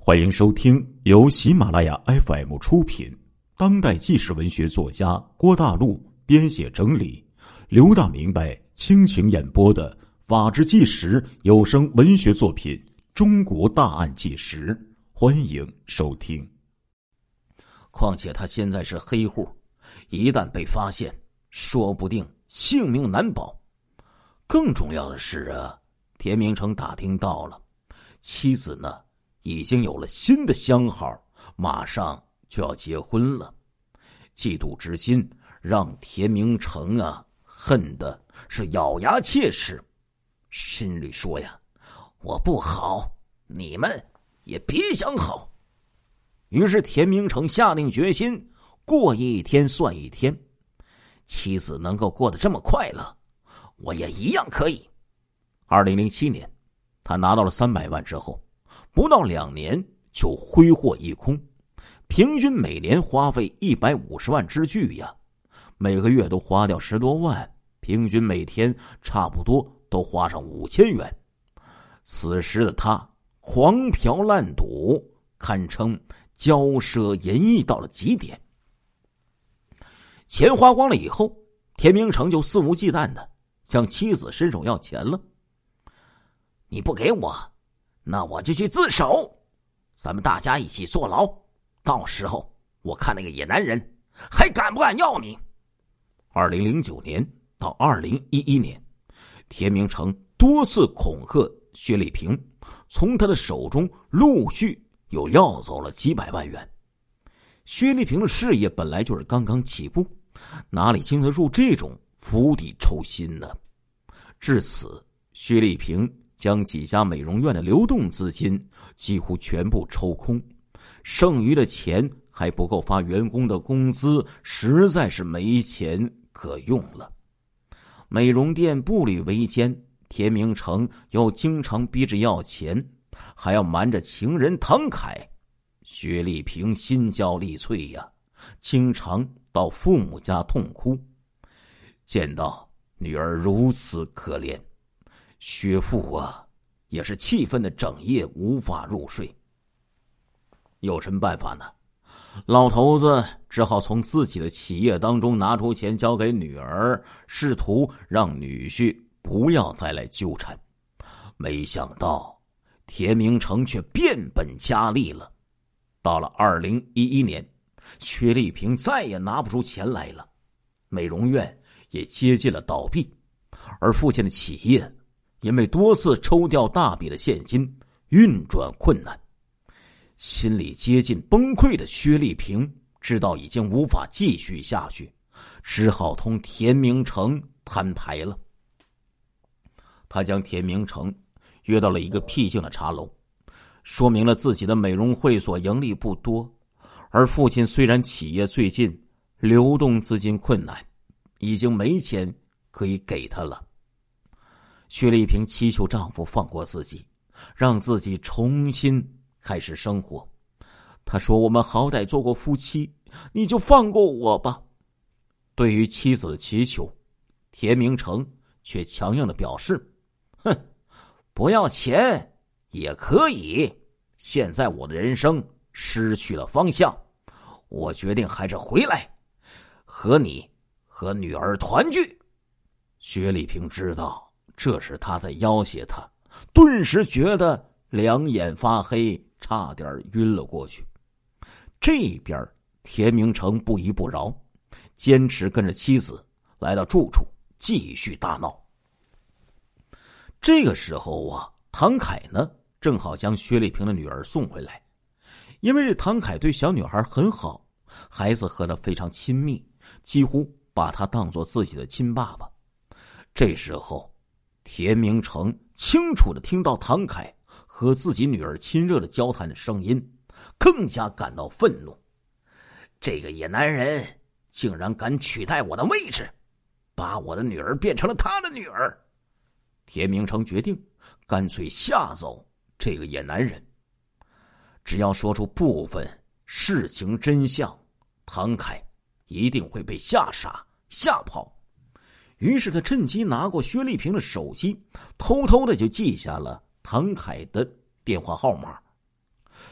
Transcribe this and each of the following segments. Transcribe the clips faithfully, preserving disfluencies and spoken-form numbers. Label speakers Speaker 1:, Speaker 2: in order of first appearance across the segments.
Speaker 1: 欢迎收听由喜马拉雅 F M 出品，当代纪实文学作家郭大陆编写整理，刘大明白倾情演播的法治纪实有声文学作品《中国大案纪实》，欢迎收听。
Speaker 2: 况且他现在是黑户，一旦被发现，说不定性命难保。更重要的是啊，田明成打听到了，妻子呢已经有了新的相好，马上就要结婚了。嫉妒之心让田明成啊恨得是咬牙切齿，心里说呀，我不好，你们也别想好。于是田明成下定决心，过一天算一天，妻子能够过得这么快乐，我也一样可以。二零零七年，他拿到了三百万之后，不到两年就挥霍一空，平均每年花费一百五十万之巨呀，每个月都花掉十多万，平均每天差不多都花上五千元。此时的他狂嫖滥赌，堪称骄奢淫逸到了极点。钱花光了以后，田明成就肆无忌惮的向妻子伸手要钱了。你不给我，那我就去自首，咱们大家一起坐牢，到时候我看那个野男人还敢不敢要你。二零零九年到二零一一年，田明成多次恐吓薛丽萍，从他的手中陆续又要走了几百万元。薛丽萍的事业本来就是刚刚起步，哪里经得住这种釜底抽薪呢？至此，薛丽萍将几家美容院的流动资金几乎全部抽空，剩余的钱还不够发员工的工资，实在是没钱可用了。美容店步履维艰，田明成又经常逼着要钱，还要瞒着情人唐凯。薛丽萍心焦力脆呀，经常到父母家痛哭。见到女儿如此可怜，薛父啊也是气愤的整夜无法入睡。有什么办法呢？老头子只好从自己的企业当中拿出钱交给女儿，试图让女婿不要再来纠缠。没想到田明成却变本加厉了。到了二零一一年，薛丽萍再也拿不出钱来了，美容院也接近了倒闭，而父亲的企业因为多次抽调大笔的现金，运转困难。心里接近崩溃的薛丽萍知道已经无法继续下去，只好同田明成摊牌了。他将田明成约到了一个僻静的茶楼，说明了自己的美容会所盈利不多，而父亲虽然企业最近流动资金困难，已经没钱可以给他了。薛丽萍祈求丈夫放过自己，让自己重新开始生活。她说，我们好歹做过夫妻，你就放过我吧。对于妻子的祈求，田明成却强硬的表示，哼，不要钱也可以，现在我的人生失去了方向，我决定还是回来和你和女儿团聚。薛丽萍知道这是他在要挟他，顿时觉得两眼发黑，差点晕了过去。这边田明成不依不饶，坚持跟着妻子来到住处继续大闹。这个时候啊，唐凯呢正好将薛丽萍的女儿送回来。因为这唐凯对小女孩很好，孩子和他非常亲密，几乎把他当作自己的亲爸爸。这时候田明成清楚地听到唐凯和自己女儿亲热的交谈的声音，更加感到愤怒。这个野男人竟然敢取代我的位置，把我的女儿变成了他的女儿。田明成决定干脆吓走这个野男人，只要说出部分事情真相，唐凯一定会被吓傻吓跑。于是他趁机拿过薛丽萍的手机，偷偷的就记下了唐凯的电话号码。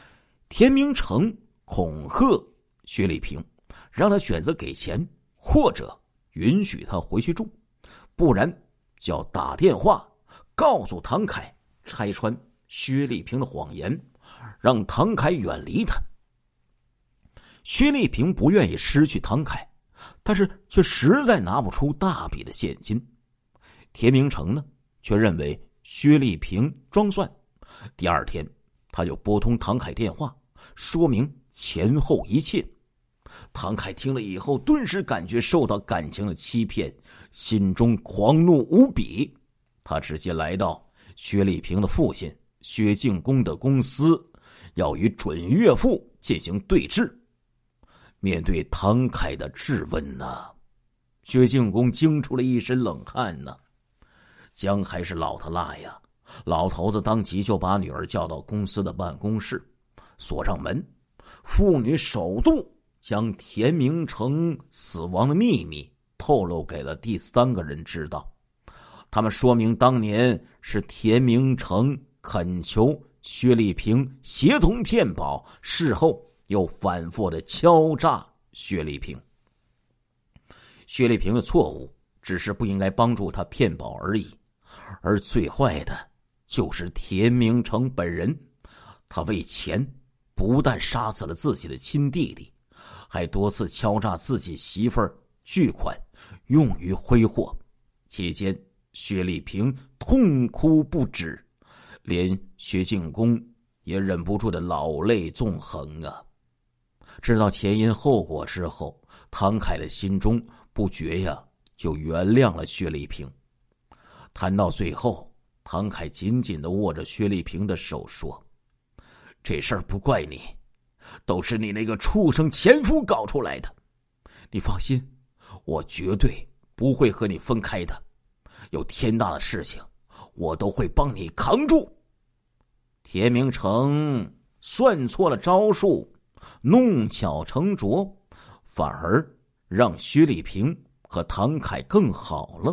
Speaker 2: 田明成恐吓薛丽萍，让他选择给钱或者允许他回去住，不然就要打电话告诉唐凯拆穿薛丽萍的谎言，让唐凯远离他。薛丽萍不愿意失去唐凯，但是却实在拿不出大笔的现金。田明成呢，却认为薛丽萍装蒜。第二天，他就拨通唐凯电话，说明前后一切。唐凯听了以后，顿时感觉受到感情的欺骗，心中狂怒无比。他直接来到薛丽萍的父亲薛敬公的公司，要与准岳父进行对峙。面对唐凯的质问呢，薛敬公惊出了一身冷汗呢。姜还是老他辣呀，老头子当即就把女儿叫到公司的办公室，锁上门。父女首度将田明成死亡的秘密透露给了第三个人知道。他们说明当年是田明成恳求薛丽萍协同骗保，事后又反复的敲诈薛丽萍。薛丽萍的错误只是不应该帮助他骗保而已，而最坏的就是田明成本人。他为钱不但杀死了自己的亲弟弟，还多次敲诈自己媳妇儿巨款用于挥霍。期间薛丽萍痛哭不止，连薛敬公也忍不住的老泪纵横啊。知道前因后果之后，唐凯的心中不觉呀就原谅了薛丽萍。谈到最后，唐凯紧紧地握着薛丽萍的手说，这事儿不怪你，都是你那个畜生前夫搞出来的。你放心，我绝对不会和你分开的，有天大的事情我都会帮你扛住。田明成算错了招数，弄巧成拙，反而让薛丽萍和唐凯更好了。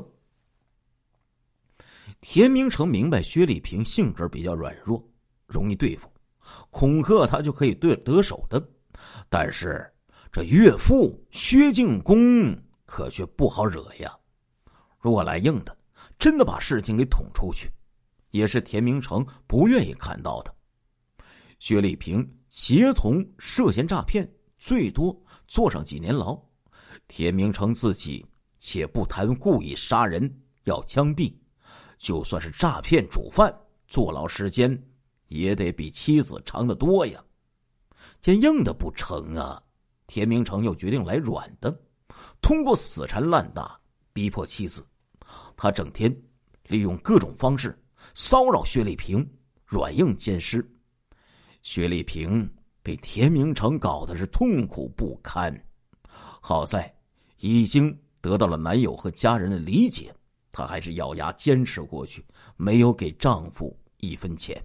Speaker 2: 田明成明白薛丽萍性格比较软弱，容易对付，恐吓他就可以对得手的。但是这岳父薛敬公可却不好惹呀，如果来硬的，真的把事情给捅出去，也是田明成不愿意看到的。薛丽萍协同涉嫌诈骗，最多坐上几年牢。田明成自己且不谈故意杀人要枪毙，就算是诈骗主犯，坐牢时间也得比妻子长得多呀。见硬的不成啊，田明成又决定来软的，通过死缠烂打逼迫妻子。他整天利用各种方式骚扰薛丽萍，软硬兼施。薛丽萍被田明成搞得是痛苦不堪，好在已经得到了男友和家人的理解，她还是咬牙坚持过去，没有给丈夫一分钱。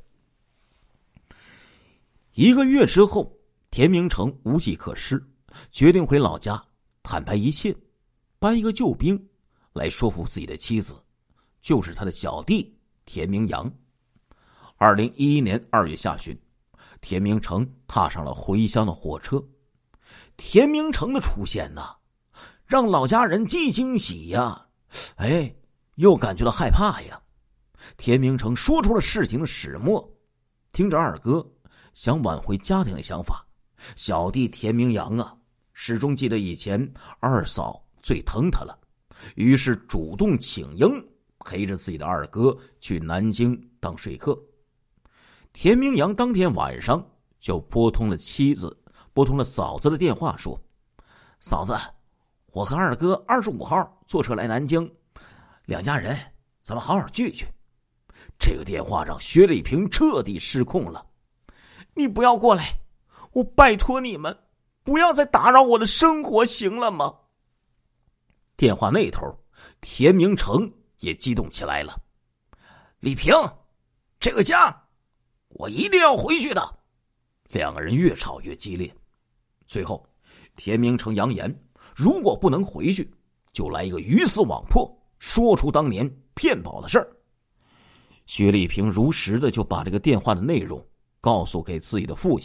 Speaker 2: 一个月之后，田明成无计可施，决定回老家坦白一切，搬一个救兵来说服自己的妻子，就是他的小弟田明阳。二零一一年二月下旬，田明成踏上了回乡的火车。田明成的出现呢，让老家人既惊喜呀，哎，又感觉到害怕呀。田明成说出了事情的始末，听着二哥想挽回家庭的想法，小弟田明阳啊，始终记得以前二嫂最疼他了，于是主动请缨，陪着自己的二哥去南京当说客。田明阳当天晚上就拨通了妻子拨通了嫂子的电话，说，嫂子，我和二哥二十五号坐车来南京，两家人咱们好好聚聚。这个电话让薛丽萍彻底失控了，你不要过来，我拜托你们不要再打扰我的生活，行了吗？电话那头田明成也激动起来了，丽萍，这个家我一定要回去的。两个人越吵越激烈，最后田明成扬言，如果不能回去，就来一个鱼死网破，说出当年骗保的事儿。薛丽萍如实的就把这个电话的内容告诉给自己的父亲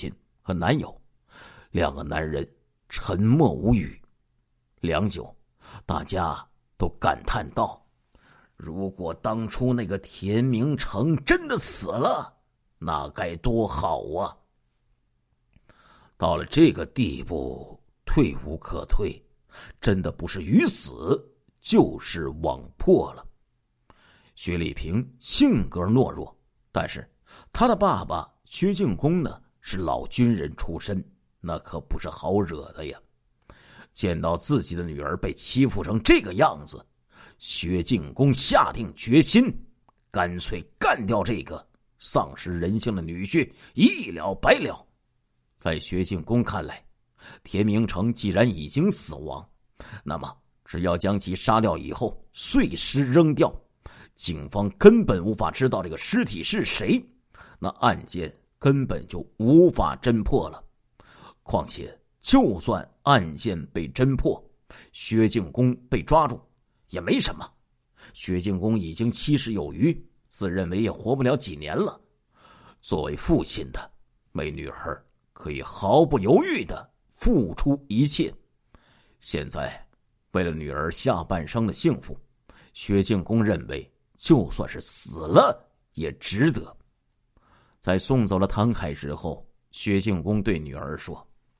Speaker 2: 和男友。两个男人沉默无语，良久，大家都感叹道：如果当初那个田明成真的死了，那该多好啊！到了这个地步，退无可退，真的不是鱼死就是网破了。薛丽萍性格懦弱，但是他的爸爸薛敬公呢，是老军人出身，那可不是好惹的呀。见到自己的女儿被欺负成这个样子，薛敬公下定决心，干脆干掉这个丧失人性的女婿，一了百了。在薛敬公看来，田明成既然已经死亡，那么只要将其杀掉以后碎尸扔掉，警方根本无法知道这个尸体是谁，那案件根本就无法侦破了。况且就算案件被侦破，薛敬公被抓住也没什么，薛敬公已经七十有余，自认为也活不了几年了。作为父亲的，为女儿可以毫不犹豫地付出一切。现在为了女儿下半生的幸福，薛敬公认为就算是死了也值得。在送走了唐凯之后，薛敬公对女儿说：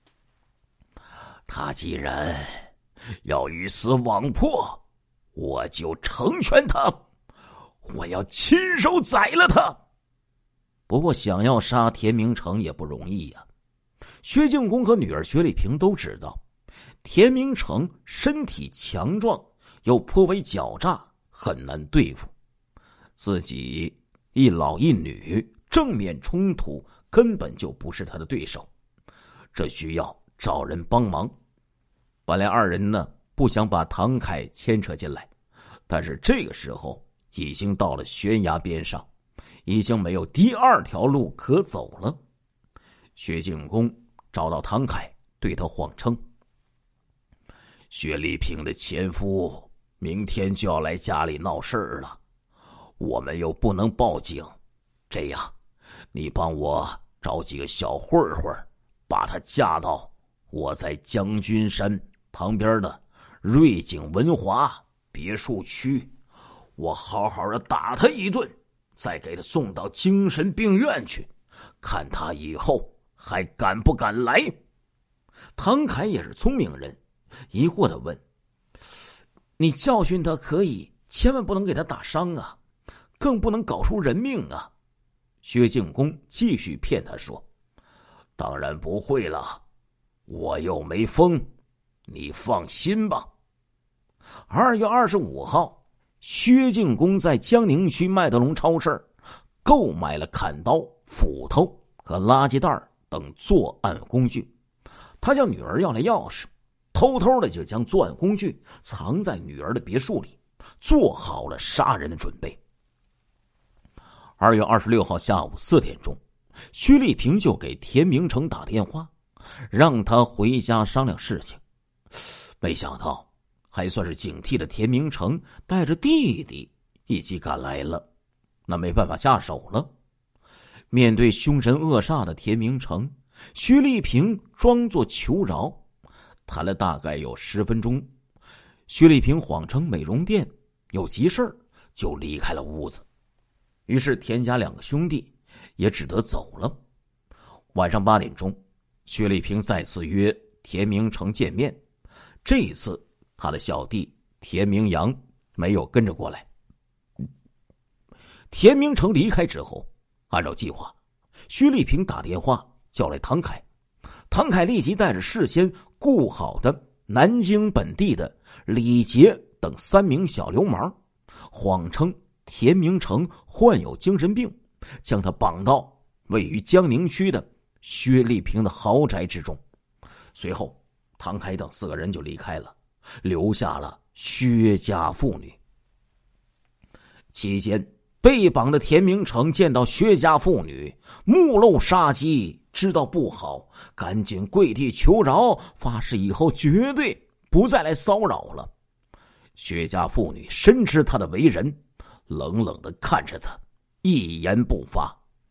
Speaker 2: 他既然要鱼死网破，我就成全他，我要亲手宰了他。不过想要杀田明成也不容易呀、啊。薛敬公和女儿薛丽萍都知道，田明成身体强壮又颇为狡诈，很难对付。自己一老一女，正面冲突根本就不是他的对手，这需要找人帮忙。本来二人呢不想把唐凯牵扯进来，但是这个时候已经到了悬崖边上，已经没有第二条路可走了。薛敬公找到唐凯，对他谎称：薛丽萍的前夫明天就要来家里闹事儿了，我们又不能报警，这样你帮我找几个小混混，把他架到我在将军山旁边的瑞景文华别墅区，我好好的打他一顿，再给他送到精神病院去，看他以后还敢不敢来。唐凯也是聪明人，疑惑地问：你教训他可以，千万不能给他打伤啊，更不能搞出人命啊。薛敬公继续骗他说：当然不会了，我又没疯，你放心吧。二月二十五号，薛敬公在江宁区麦德龙超市购买了砍刀、斧头和垃圾袋等作案工具。他叫女儿要来钥匙，偷偷的就将作案工具藏在女儿的别墅里，做好了杀人的准备。二月二十六号下午四点钟，薛丽萍就给田明成打电话，让他回家商量事情。没想到还算是警惕的田明成带着弟弟一起赶来了，那没办法下手了。面对凶神恶煞的田明成，薛丽萍装作求饶，谈了大概有十分钟。薛丽萍谎称美容店有急事就离开了屋子。于是田家两个兄弟也只得走了。晚上八点钟，薛丽萍再次约田明成见面，这一次他的小弟田明阳没有跟着过来。田明成离开之后，按照计划，薛丽萍打电话叫来唐凯，唐凯立即带着事先雇好的南京本地的李杰等三名小流氓，谎称田明成患有精神病，将他绑到位于江宁区的薛丽萍的豪宅之中。随后唐凯等四个人就离开了，留下了薛家妇女。期间被绑的田明成见到薛家妇女目露杀机，知道不好，赶紧跪地求饶，发誓以后绝对不再来骚扰了。薛家妇女深知他的为人，冷冷地看着他，一言不发。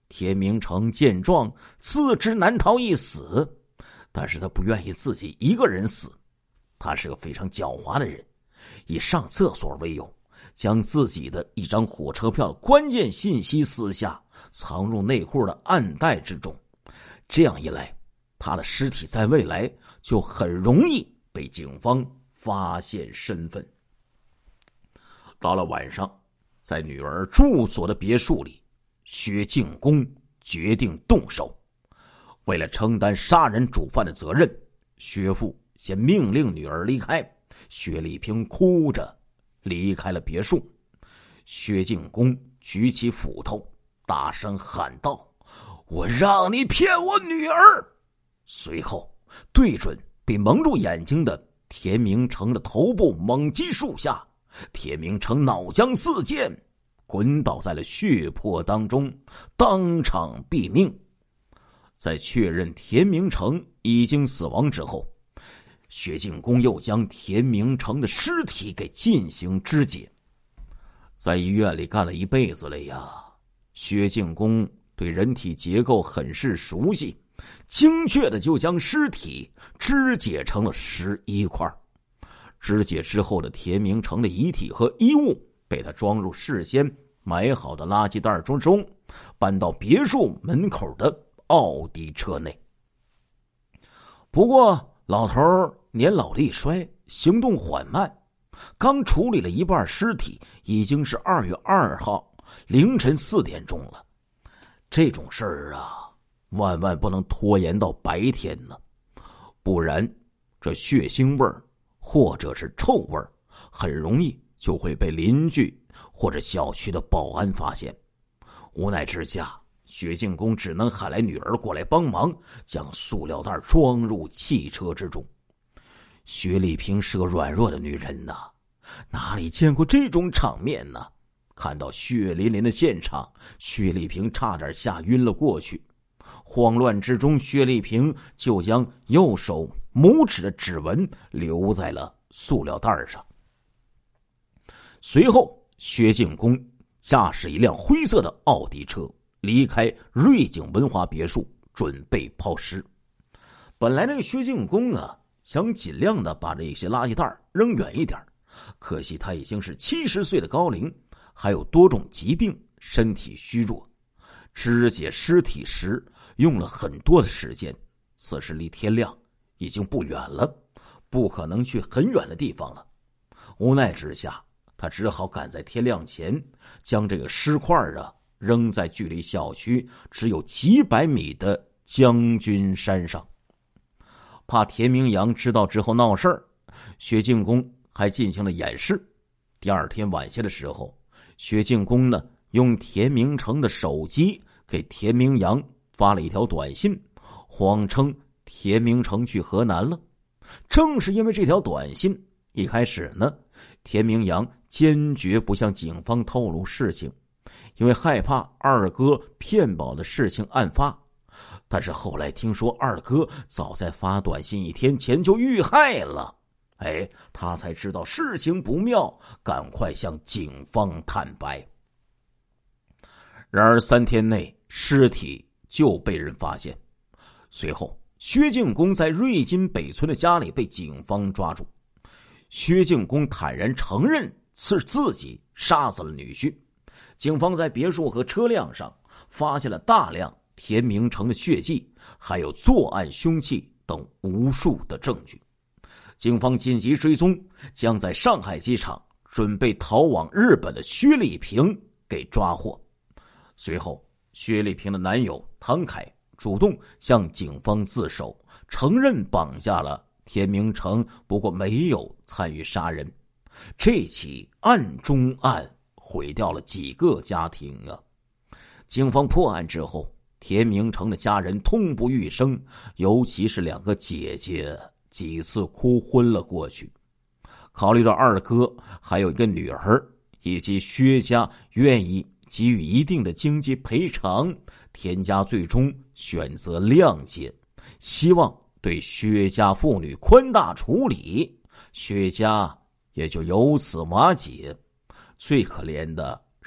Speaker 2: 田明成见状，自知难逃一死，但是他不愿意自己一个人死。他是个非常狡猾的人，以上厕所为由，将自己的一张火车票的关键信息私下藏入内裤的暗袋之中。这样一来，他的尸体在未来就很容易被警方发现身份。到了晚上，在女儿住所的别墅里，薛敬公决定动手。为了承担杀人主犯的责任，薛父先命令女儿离开。薛丽萍哭着离开了别墅。薛敬公举起斧头，大声喊道：“我让你骗我女儿！”随后对准被蒙住眼睛的田明成的头部猛击数下，田明成脑浆四溅，滚倒在了血泊当中，当场毙命。在确认田明成已经死亡之后，薛敬公又将田明成的尸体给进行肢解。在医院里干了一辈子了呀，薛敬公对人体结构很是熟悉，精确的就将尸体肢解成了十一块。肢解之后的田明成的遗体和衣物被他装入事先买好的垃圾袋中中，搬到别墅门口的奥迪车内。不过老头年老力衰，行动缓慢，刚处理了一半尸体，已经是二月二号凌晨四点钟了。这种事儿啊，万万不能拖延到白天呢，不然这血腥味儿或者是臭味儿，很容易就会被邻居或者小区的保安发现。无奈之下，薛敬公只能喊来女儿过来帮忙，将塑料袋装入汽车之中。薛丽萍是个软弱的女人呐，哪里见过这种场面呢？看到血淋淋的现场，薛丽萍差点吓晕了过去。慌乱之中，薛丽萍就将右手拇指的指纹留在了塑料袋上。随后，薛敬公驾驶一辆灰色的奥迪车离开瑞景文华别墅，准备抛尸。本来这个薛敬公啊，想尽量的把这些垃圾袋扔远一点，可惜他已经是七十岁的高龄，还有多种疾病，身体虚弱，肢解尸体时用了很多的时间。此时离天亮已经不远了，不可能去很远的地方了。无奈之下，他只好赶在天亮前将这个尸块啊扔在距离小区只有几百米的将军山上。怕田明阳知道之后闹事儿，薛敬公还进行了掩饰。第二天晚些的时候，薛敬公呢用田明成的手机给田明阳发了一条短信，谎称田明成去河南了。正是因为这条短信，一开始呢，田明阳坚决不向警方透露事情，因为害怕二哥骗保的事情案发。但是后来听说二哥早在发短信一天前就遇害了，哎，他才知道事情不妙，赶快向警方坦白。然而三天内尸体就被人发现，随后薛敬公在瑞金北村的家里被警方抓住。薛敬公坦然承认是自己杀死了女婿。警方在别墅和车辆上发现了大量田明成的血迹，还有作案凶器等无数的证据。警方紧急追踪，将在上海机场准备逃往日本的薛丽萍给抓获。随后，薛丽萍的男友唐凯主动向警方自首，承认绑架了田明成，不过没有参与杀人。这起案中案毁掉了几个家庭啊！警方破案之后，田明成的家人痛不欲生，尤其是两个姐姐几次哭昏了过去。考虑到二哥还有一个女儿，以及薛家愿意给予一定的经济赔偿，田家最终选择谅解，希望对薛家妇女宽大处理，薛家也就由此瓦解。最可怜的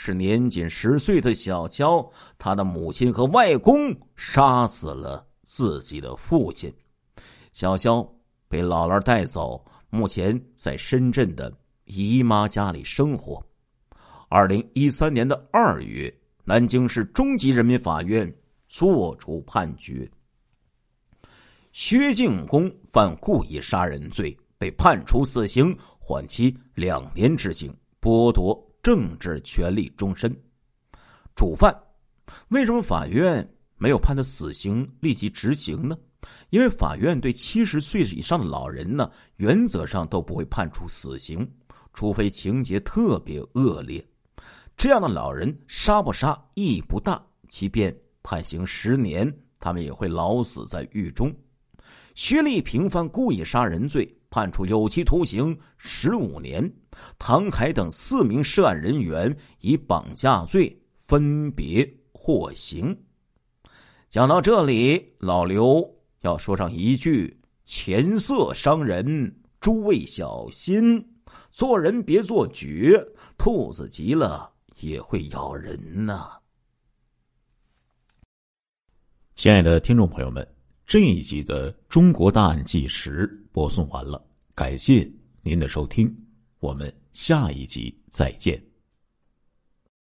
Speaker 2: 是年仅十岁的小娇，她的母亲和外公杀死了自己的父亲。小娇被姥姥带走，目前在深圳的姨妈家里生活。二零一三年的二月，南京市中级人民法院作出判决，薛敬公犯故意杀人罪，被判处死刑，缓期两年执行，剥夺政治权利终身。主犯为什么法院没有判他死刑立即执行呢？因为法院对七十岁以上的老人呢，原则上都不会判处死刑，除非情节特别恶劣。这样的老人杀不杀意义不大，即便判刑十年，他们也会老死在狱中。薛立平犯故意杀人罪，判处有期徒刑十五年。唐凯等四名涉案人员以绑架罪分别获刑。讲到这里，老刘要说上一句：钱色伤人，诸位小心，做人别做绝，兔子急了也会咬人呐、啊。
Speaker 1: 亲爱的听众朋友们，这一集的中国大案纪实播送完了，感谢您的收听，我们下一集再见。